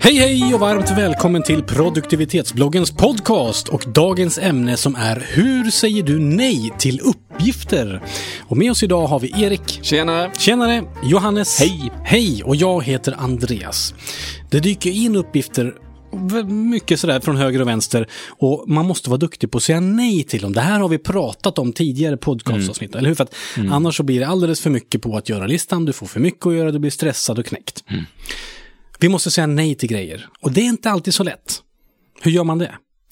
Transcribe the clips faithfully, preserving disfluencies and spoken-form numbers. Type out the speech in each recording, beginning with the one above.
Hej hej och varmt välkommen till produktivitetsbloggens podcast och dagens ämne som är hur säger du nej till uppgifter? Och med oss idag har vi Erik. Tjenare. Tjenare. Johannes. Hej. Hej. Och jag heter Andreas. Det dyker in uppgifter mycket sådär från höger och vänster och man måste vara duktig på att säga nej till dem. Det här har vi pratat om tidigare podcastavsnitt, mm. eller hur? För att mm. annars så blir det alldeles för mycket på att göra listan, du får för mycket att göra, du blir stressad och knäckt. Mm. Vi måste säga nej till grejer. Och det är inte alltid så lätt. Hur gör man det?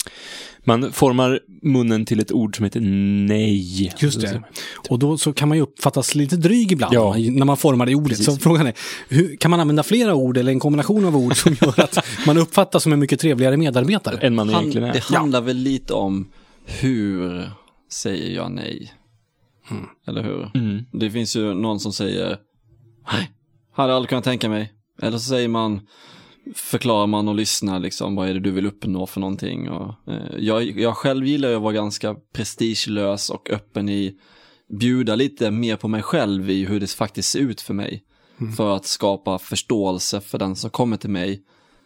Man formar munnen till ett ord som heter nej. Just det. Och då så kan man ju uppfattas lite dryg ibland ja. när man formar det ordet. Precis. Så frågan är, hur, kan man använda flera ord eller en kombination av ord som gör att man uppfattas som en mycket trevligare medarbetare? Än man egentligen är. Det handlar ja. väl lite om hur säger jag nej? Mm. Eller hur? Mm. Det finns ju någon som säger nej, hade aldrig kunnat tänka mig. Eller så säger man, förklarar man och lyssnar liksom, vad är det du vill uppnå för någonting. Och, eh, jag, jag själv gillar att vara ganska prestigelös och öppen i bjuda lite mer på mig själv i hur det faktiskt ser ut för mig. Mm. För att skapa förståelse för den som kommer till mig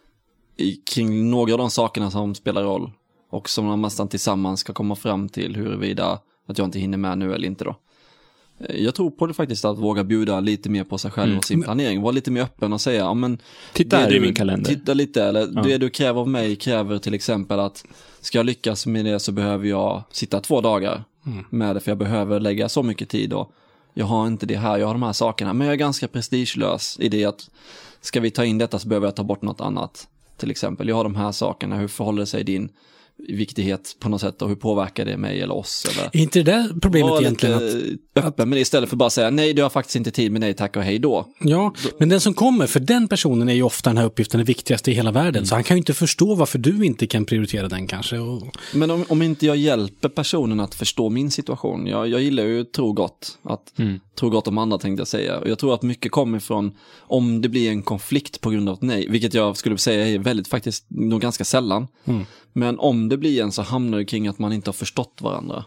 i, kring några av de sakerna som spelar roll. Och som man nästan tillsammans ska komma fram till huruvida att jag inte hinner med nu eller inte då. Jag tror på det faktiskt att våga bjuda lite mer på sig själv mm. och sin planering. Vara lite mer öppen och säga, ja men titta här i min kalender. Titta lite, eller ja. det du kräver av mig kräver till exempel att ska jag lyckas med det så behöver jag sitta två dagar mm. med det, för jag behöver lägga så mycket tid och jag har inte det här, jag har de här sakerna, men jag är ganska prestigelös i det att ska vi ta in detta så behöver jag ta bort något annat. Till exempel, jag har de här sakerna, hur förhåller sig din viktighet på något sätt och hur påverkar det mig eller oss? Eller? Är inte det där problemet var egentligen? Att... öppen med det istället för bara säga nej, du har faktiskt inte tid med nej, tack och hej då. Ja, då... men den som kommer, för den personen är ju ofta den här uppgiften den viktigaste i hela världen, mm. så han kan ju inte förstå varför du inte kan prioritera den kanske. Och... Men om, om inte jag hjälper personen att förstå min situation, jag, jag gillar ju tro gott, att mm. tro gott om andra tänkte jag säga. Och jag tror att mycket kommer ifrån om det blir en konflikt på grund av ett nej, vilket jag skulle säga är väldigt faktiskt nog ganska sällan. Mm. Men om det blir en så hamnar det kring att man inte har förstått varandra.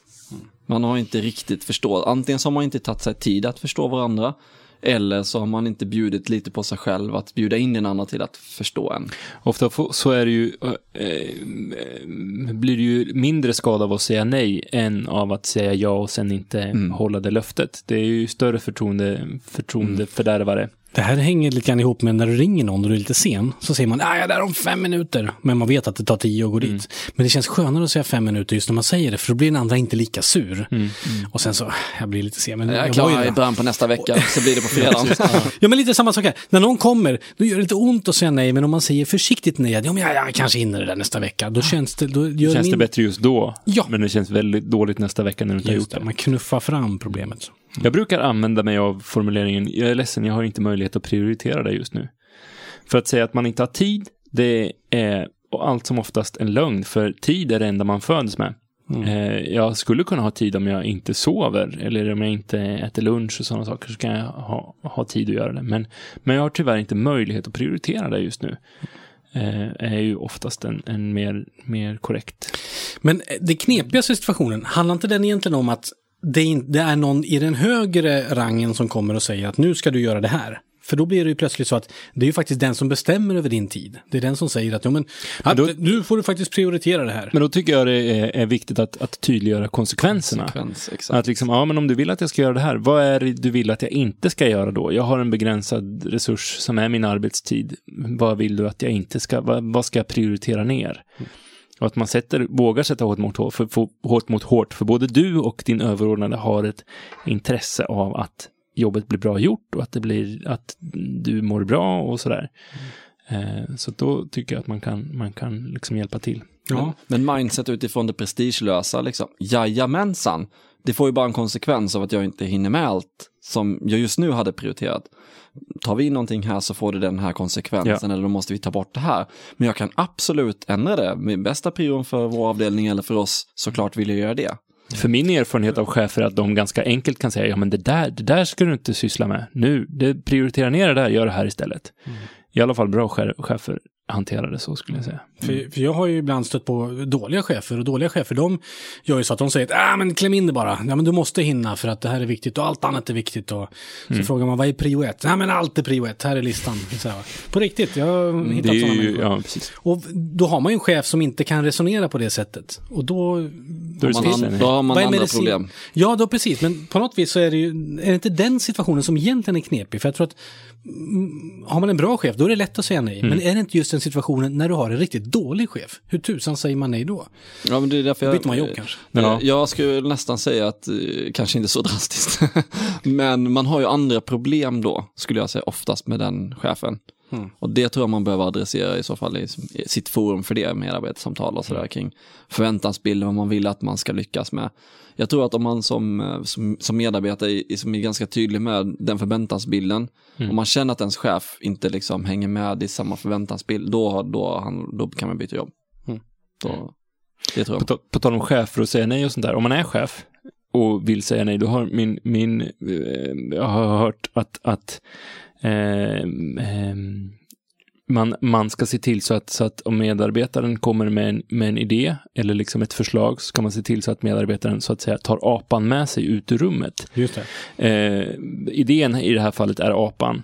Man har inte riktigt förstått. Antingen så har man inte tagit sig tid att förstå varandra. Eller så har man inte bjudit lite på sig själv att bjuda in den andra till att förstå en. Ofta så är det ju, äh, blir det ju mindre skada av att säga nej än av att säga ja och sen inte mm. hålla det löftet. Det är ju större förtroende, förtroende mm. fördärvare. Det här hänger lite grann ihop med när du ringer någon och du är lite sen. Så säger man, ah, jag är där om fem minuter. Men man vet att det tar tio att gå mm. dit. Men det känns skönare att säga fem minuter just när man säger det. För då blir den andra inte lika sur. Mm. Mm. Och sen så, jag blir lite sen. Men jag är klar i början på nästa vecka. Så blir det på fredag. ja. ja, men lite samma sak här. När någon kommer, då gör det lite ont att säga nej. Men om man säger försiktigt nej, ja, men jag, jag kanske hinner det där nästa vecka. Då känns det, då gör känns min... det bättre just då. Ja. Men det känns väldigt dåligt nästa vecka när du inte har gjort det. Man knuffar fram problemet. Mm. Jag brukar använda mig av formuleringen, jag är ledsen, jag har inte möjlighet att prioritera det just nu. För att säga att man inte har tid, det är och allt som oftast en lögn, för tid är det enda man föds med. Mm. Eh, jag skulle kunna ha tid om jag inte sover eller om jag inte äter lunch och sådana saker, så kan jag ha, ha tid att göra det. Men, men jag har tyvärr inte möjlighet att prioritera det just nu. Eh, är ju oftast en, en mer, mer korrekt. Men det knepigaste situationen, handlar inte den egentligen om att Det är, det är någon i den högre rangen som kommer och säger att nu ska du göra det här? För då blir det ju plötsligt så att det är ju faktiskt den som bestämmer över din tid. Det är den som säger att ja, men, att, då, nu får du faktiskt prioritera det här. Men då tycker jag det är, är viktigt att, att tydliggöra konsekvenserna. Konsekvens, exakt. Att liksom, ja men om du vill att jag ska göra det här, vad är det du vill att jag inte ska göra då? Jag har en begränsad resurs som är min arbetstid. Vad vill du att jag inte ska, vad, vad ska jag prioritera ner? Mm. Och att man sätter, vågar sätta hårt mot hårt för, för, hårt mot hårt. För både du och din överordnade har ett intresse av att jobbet blir bra gjort. Och att, det blir, att du mår bra och sådär. Mm. Eh, så då tycker jag att man kan, man kan liksom hjälpa till. Ja. Men, men mindset utifrån det prestigelösa liksom. Jajamensan. Det får ju bara en konsekvens av att jag inte hinner med allt som jag just nu hade prioriterat. Tar vi in någonting här så får det den här konsekvensen, ja. Eller då måste vi ta bort det här. Men jag kan absolut ändra det. Med bästa prion för vår avdelning eller för oss, såklart vill jag göra det. För min erfarenhet av chefer är att de ganska enkelt kan säga, ja men det där, det där ska du inte syssla med. Nu, det, prioritera ner det där, gör det här istället. Mm. I alla fall bra chefer hantera det så, skulle jag säga. Mm. För, för jag har ju ibland stött på dåliga chefer, och dåliga chefer, de gör ju så att de säger att ah, men kläm in det bara. Ja, men du måste hinna för att det här är viktigt och allt annat är viktigt. Och så mm. frågar man, vad är prio ett? Ja, men allt är prio ett, här är listan. Så här, på riktigt, jag har hittat sådana människor. Ja, precis. Och då har man ju en chef som inte kan resonera på det sättet. Och då... Då, har man, an, då har man andra problem. Ja, då precis. Men på något vis så är det ju, är det inte den situationen som egentligen är knepig. För jag tror att har man en bra chef, då är det lätt att säga nej. Mm. Men är det inte just den situationen när du har en riktigt dålig chef? Hur tusan säger man nej då? Ja, men det är därför jag... byter man jobb kanske. Ja. Jag skulle nästan säga att, kanske inte så drastiskt, men man har ju andra problem då, skulle jag säga, oftast med den chefen. Mm. Och det tror jag man behöver adressera i så fall i, i sitt forum för det, medarbetarsamtal och sådär kring förväntansbilden, vad man vill att man ska lyckas med. Jag tror att om man som, som, som medarbetare är, som är ganska tydlig med den förväntansbilden, mm. och man känner att ens chef inte liksom hänger med i samma förväntansbild, då, då, han, då kan man byta jobb. Mm. Då, det tror jag. På, på tal om chefer och säga nej och sånt där, om man är chef och vill säga nej, då har min, min eh, jag har hört att, att Eh, eh, man, man ska se till så att, så att om medarbetaren kommer med en, med en idé eller liksom ett förslag, så ska man se till så att medarbetaren så att säga tar apan med sig ut ur rummet. Just det. Eh, idén i det här fallet är apan.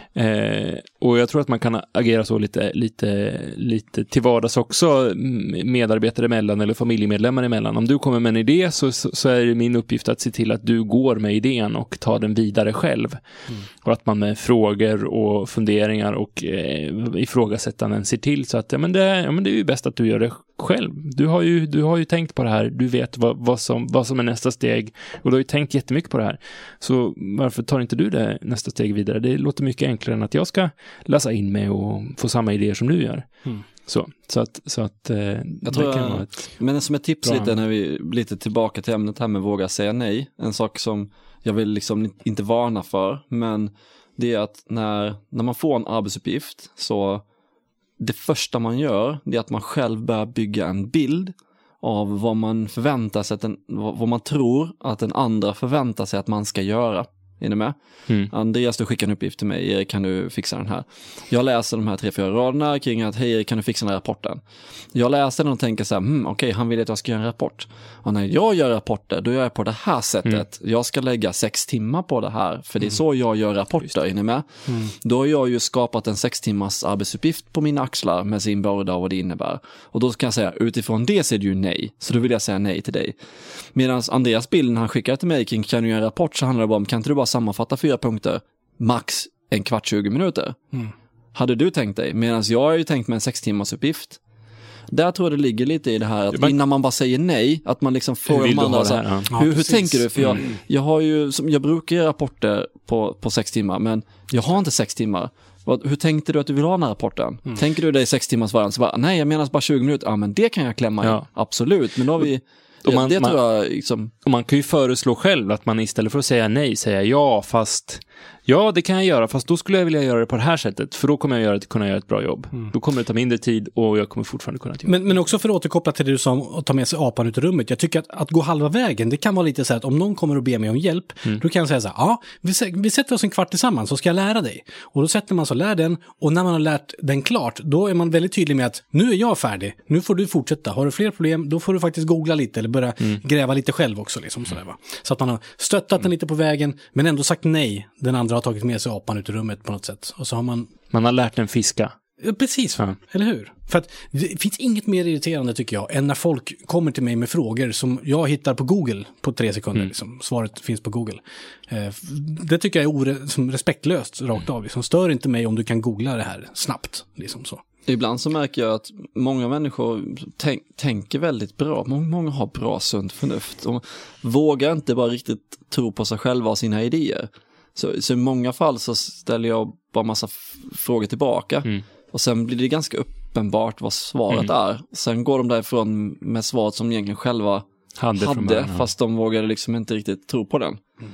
Eh, och jag tror att man kan agera så lite, lite, lite till vardags också, medarbetare emellan eller familjemedlemmar emellan. Om du kommer med en idé, så, så, så är det min uppgift att se till att du går med idén och tar den vidare själv. Mm. Och att man med frågor och funderingar och eh, ifrågasättanden ser till så att ja, men det, ja, men det är ju bäst att du gör det själv. Du har ju, du har ju tänkt på det här, du vet vad, vad, som, vad som är nästa steg, och du har ju tänkt jättemycket på det här. Så varför tar inte du det nästa steg vidare? Det låter mycket enklare än att jag ska läsa in mig och få samma idéer som du gör. Mm. Så, så att, så att eh, jag tror det kan vara ett men som ett tips lite när vi lite tillbaka till ämnet här med våga säga nej. En sak som jag vill liksom inte varna för, men det är att när, när man får en arbetsuppgift, så det första man gör, det är att man själv börjar bygga en bild av vad man förväntar sig, att den, vad man tror att den andra förväntar sig att man ska göra. Är ni med? Mm. Andreas, du skickar en uppgift till mig. Erik, kan du fixa den här? Jag läser de här tre, fyra raderna kring att hej Erik, kan du fixa den här rapporten? Jag läser den och tänker så här, hmm, okej, okay, han vill att jag ska göra en rapport. Och när jag gör rapporter, då gör jag på det här sättet. Mm. Jag ska lägga sex timmar på det här, för det är så jag gör rapporter. Är ni med? Mm. Då har jag ju skapat en sex timmars arbetsuppgift på mina axlar med sin börda och vad det innebär. Och då kan jag säga, utifrån det ser du ju nej. Så då vill jag säga nej till dig. Medan Andreas bilden han skickar till mig kring kan du göra en rapport, så handlar det bara om, kan inte du bara sammanfatta fyra punkter, max en kvart, tjugo minuter. Mm. Hade du tänkt dig? Medan jag har ju tänkt med en sex timmars uppgift. Där tror jag det ligger lite i det här att innan man bara säger nej, att man liksom får de andra så här, ja. hur, ja, hur tänker du? För jag, mm. jag har ju, jag brukar göra rapporter på, på sex timmar, men jag har inte sex timmar. Hur tänkte du att du vill ha den här rapporten? Mm. Tänker du dig sex timmars variant? Så bara, nej, jag menar bara tjugo minuter. Ja, men det kan jag klämma ja. i. Absolut, men då har vi... Och man, det man, tror jag liksom... och man kan ju föreslå själv att man istället för att säga nej säger ja, fast ja, det kan jag göra, fast då skulle jag vilja göra det på det här sättet, för då kommer jag göra, kunna göra ett bra jobb. Mm. Då kommer det ta mindre tid och jag kommer fortfarande kunna jobba. Men, men också för att återkoppla till det du sa om att ta med sig apan ut i rummet. Jag tycker att, att gå halva vägen, det kan vara lite så här att om någon kommer och ber mig om hjälp, mm. då kan jag säga så här, ja, vi, vi sätter oss en kvart tillsammans så ska jag lära dig. Och då sätter man så lär den, och när man har lärt den klart, då är man väldigt tydlig med att nu är jag färdig, nu får du fortsätta. Har du fler problem, då får du faktiskt googla lite eller börja mm. gräva lite själv också. Liksom, sådär, va? Så att man har stöttat mm. den lite på vägen, men ändå sagt nej. Den andra har tagit med sig apan ut i rummet på något sätt. Och så har man... Man har lärt den fiska. Ja, precis, ja. Eller hur? För att det finns inget mer irriterande tycker jag än när folk kommer till mig med frågor som jag hittar på Google på tre sekunder. Mm. Liksom. Svaret finns på Google. Eh, det tycker jag är ore- som respektlöst rakt av. Liksom. Stör inte mig om du kan googla det här snabbt. Liksom så. Ibland så märker jag att många människor tänk, tänker väldigt bra. Många, många har bra sunt förnuft. Och vågar inte bara riktigt tro på sig själva och sina idéer. Så, så i många fall så ställer jag bara massa f- frågor tillbaka. Mm. Och sen blir det ganska uppenbart vad svaret mm. är. Sen går de därifrån med svaret som egentligen själva hade, hade fast de vågade liksom inte riktigt tro på den. Mm.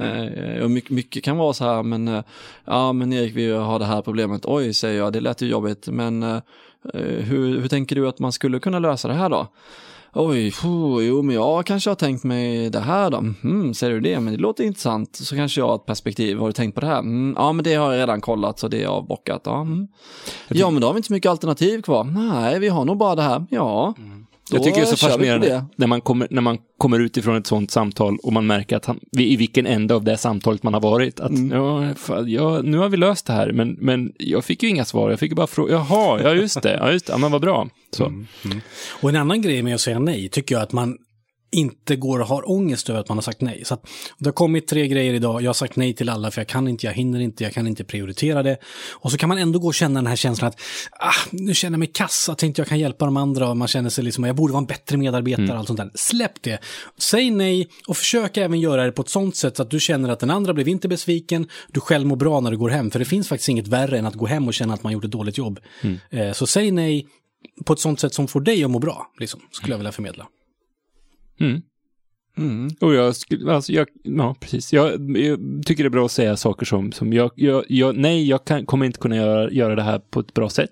Eh, och mycket, mycket kan vara så här, men eh, ja men Erik, vi har det här problemet. Oj, säger jag, det lät ju jobbigt, men eh, hur, hur tänker du att man skulle kunna lösa det här då? Oj, pho, jo men jag kanske har tänkt mig det här då. Mm, säger du det? Men det låter intressant. Så kanske jag har ett perspektiv. Har du tänkt på det här? Mm, ja, men det har jag redan kollat så det är avbockat. Ja, mm. ja, men då har vi inte så mycket alternativ kvar. Nej, vi har nog bara det här. Ja. Mm. Jag tycker det är så fascinerande när man, kommer, när man kommer ut ifrån ett sånt samtal och man märker att han, i vilken ände av det samtalet man har varit. Att mm. ja, fan, ja, nu har vi löst det här, men, men jag fick ju inga svar. Jag fick ju bara fråga, jaha, ja just det, ja just det, ja, men vad bra. Så. Mm. Mm. Och en annan grej med att säga nej tycker jag att man inte går och har ångest över att man har sagt nej. Så att det har kommit tre grejer idag. Jag har sagt nej till alla för jag kan inte, jag hinner inte, jag kan inte prioritera det. Och så kan man ändå gå och känna den här känslan att ah, nu känner jag mig kassa, tänkte jag kan hjälpa de andra och man känner sig liksom, jag borde vara en bättre medarbetare och mm. allt sånt där. Släpp det. Säg nej och försök även göra det på ett sånt sätt så att du känner att den andra blev inte besviken, du själv mår bra när du går hem. För det finns faktiskt inget värre än att gå hem och känna att man gjort ett dåligt jobb. Mm. Eh, så säg nej på ett sånt sätt som får dig att må bra, liksom, skulle jag vilja förmedla. Mm. Mm. Och jag, alltså jag, ja, precis. Jag, jag tycker det är bra att säga saker som, som jag, jag, jag nej, jag kan, kommer inte kunna göra, göra det här på ett bra sätt.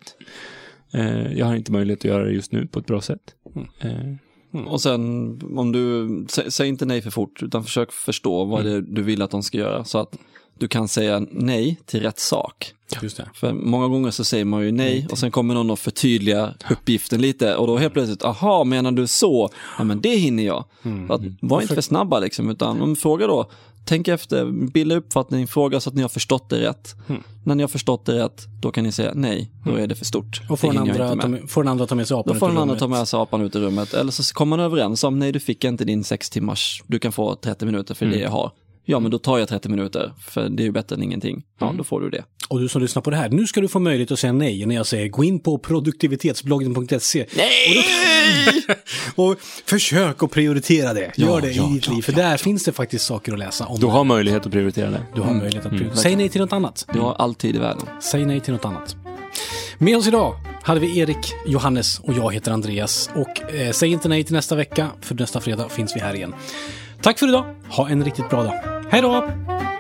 Eh, jag har inte möjlighet att göra det just nu på ett bra sätt. Mm. Eh. Mm. Och sen, om du, sä, säg inte nej för fort, utan försök förstå vad mm. det du vill att de ska göra, så att du kan säga nej till rätt sak. Just det. För många gånger så säger man ju nej och sen kommer någon att förtydliga uppgiften lite och då helt plötsligt, aha, menar du så? Ja, men det hinner jag. Mm. Att, var inte för snabba liksom, utan om fråga då, tänk efter, bilda uppfattning, fråga så att ni har förstått det rätt. Mm. När ni har förstått det rätt, då kan ni säga nej, då är det för stort. Och får den andra, ta, får den andra ta med sig apan ut i rummet. Då får den andra ta med sig apan ut i rummet. Eller så kommer man överens om, nej du fick inte din sex timmars, du kan få trettio minuter för mm. det jag har. Ja, men då tar jag trettio minuter, för det är ju bättre än ingenting. Ja, mm. då får du det. Och du som lyssnar på det här, nu ska du få möjlighet att säga nej när jag säger gå in på produktivitetsbloggen punkt se. Nej! Och, då, och försök att prioritera det. Gör ja, det ja, i ditt ja, liv, för ja, där ja. finns det faktiskt saker att läsa om. Du har möjlighet att prioritera det. Du har mm. möjlighet att prioritera. Mm. Säg nej till något annat. Du har alltid i världen. Säg nej till något annat. Med oss idag hade vi Erik, Johannes och jag heter Andreas. Och eh, säg inte nej till nästa vecka, för nästa fredag finns vi här igen. Tack för idag. Ha en riktigt bra dag. Hej då!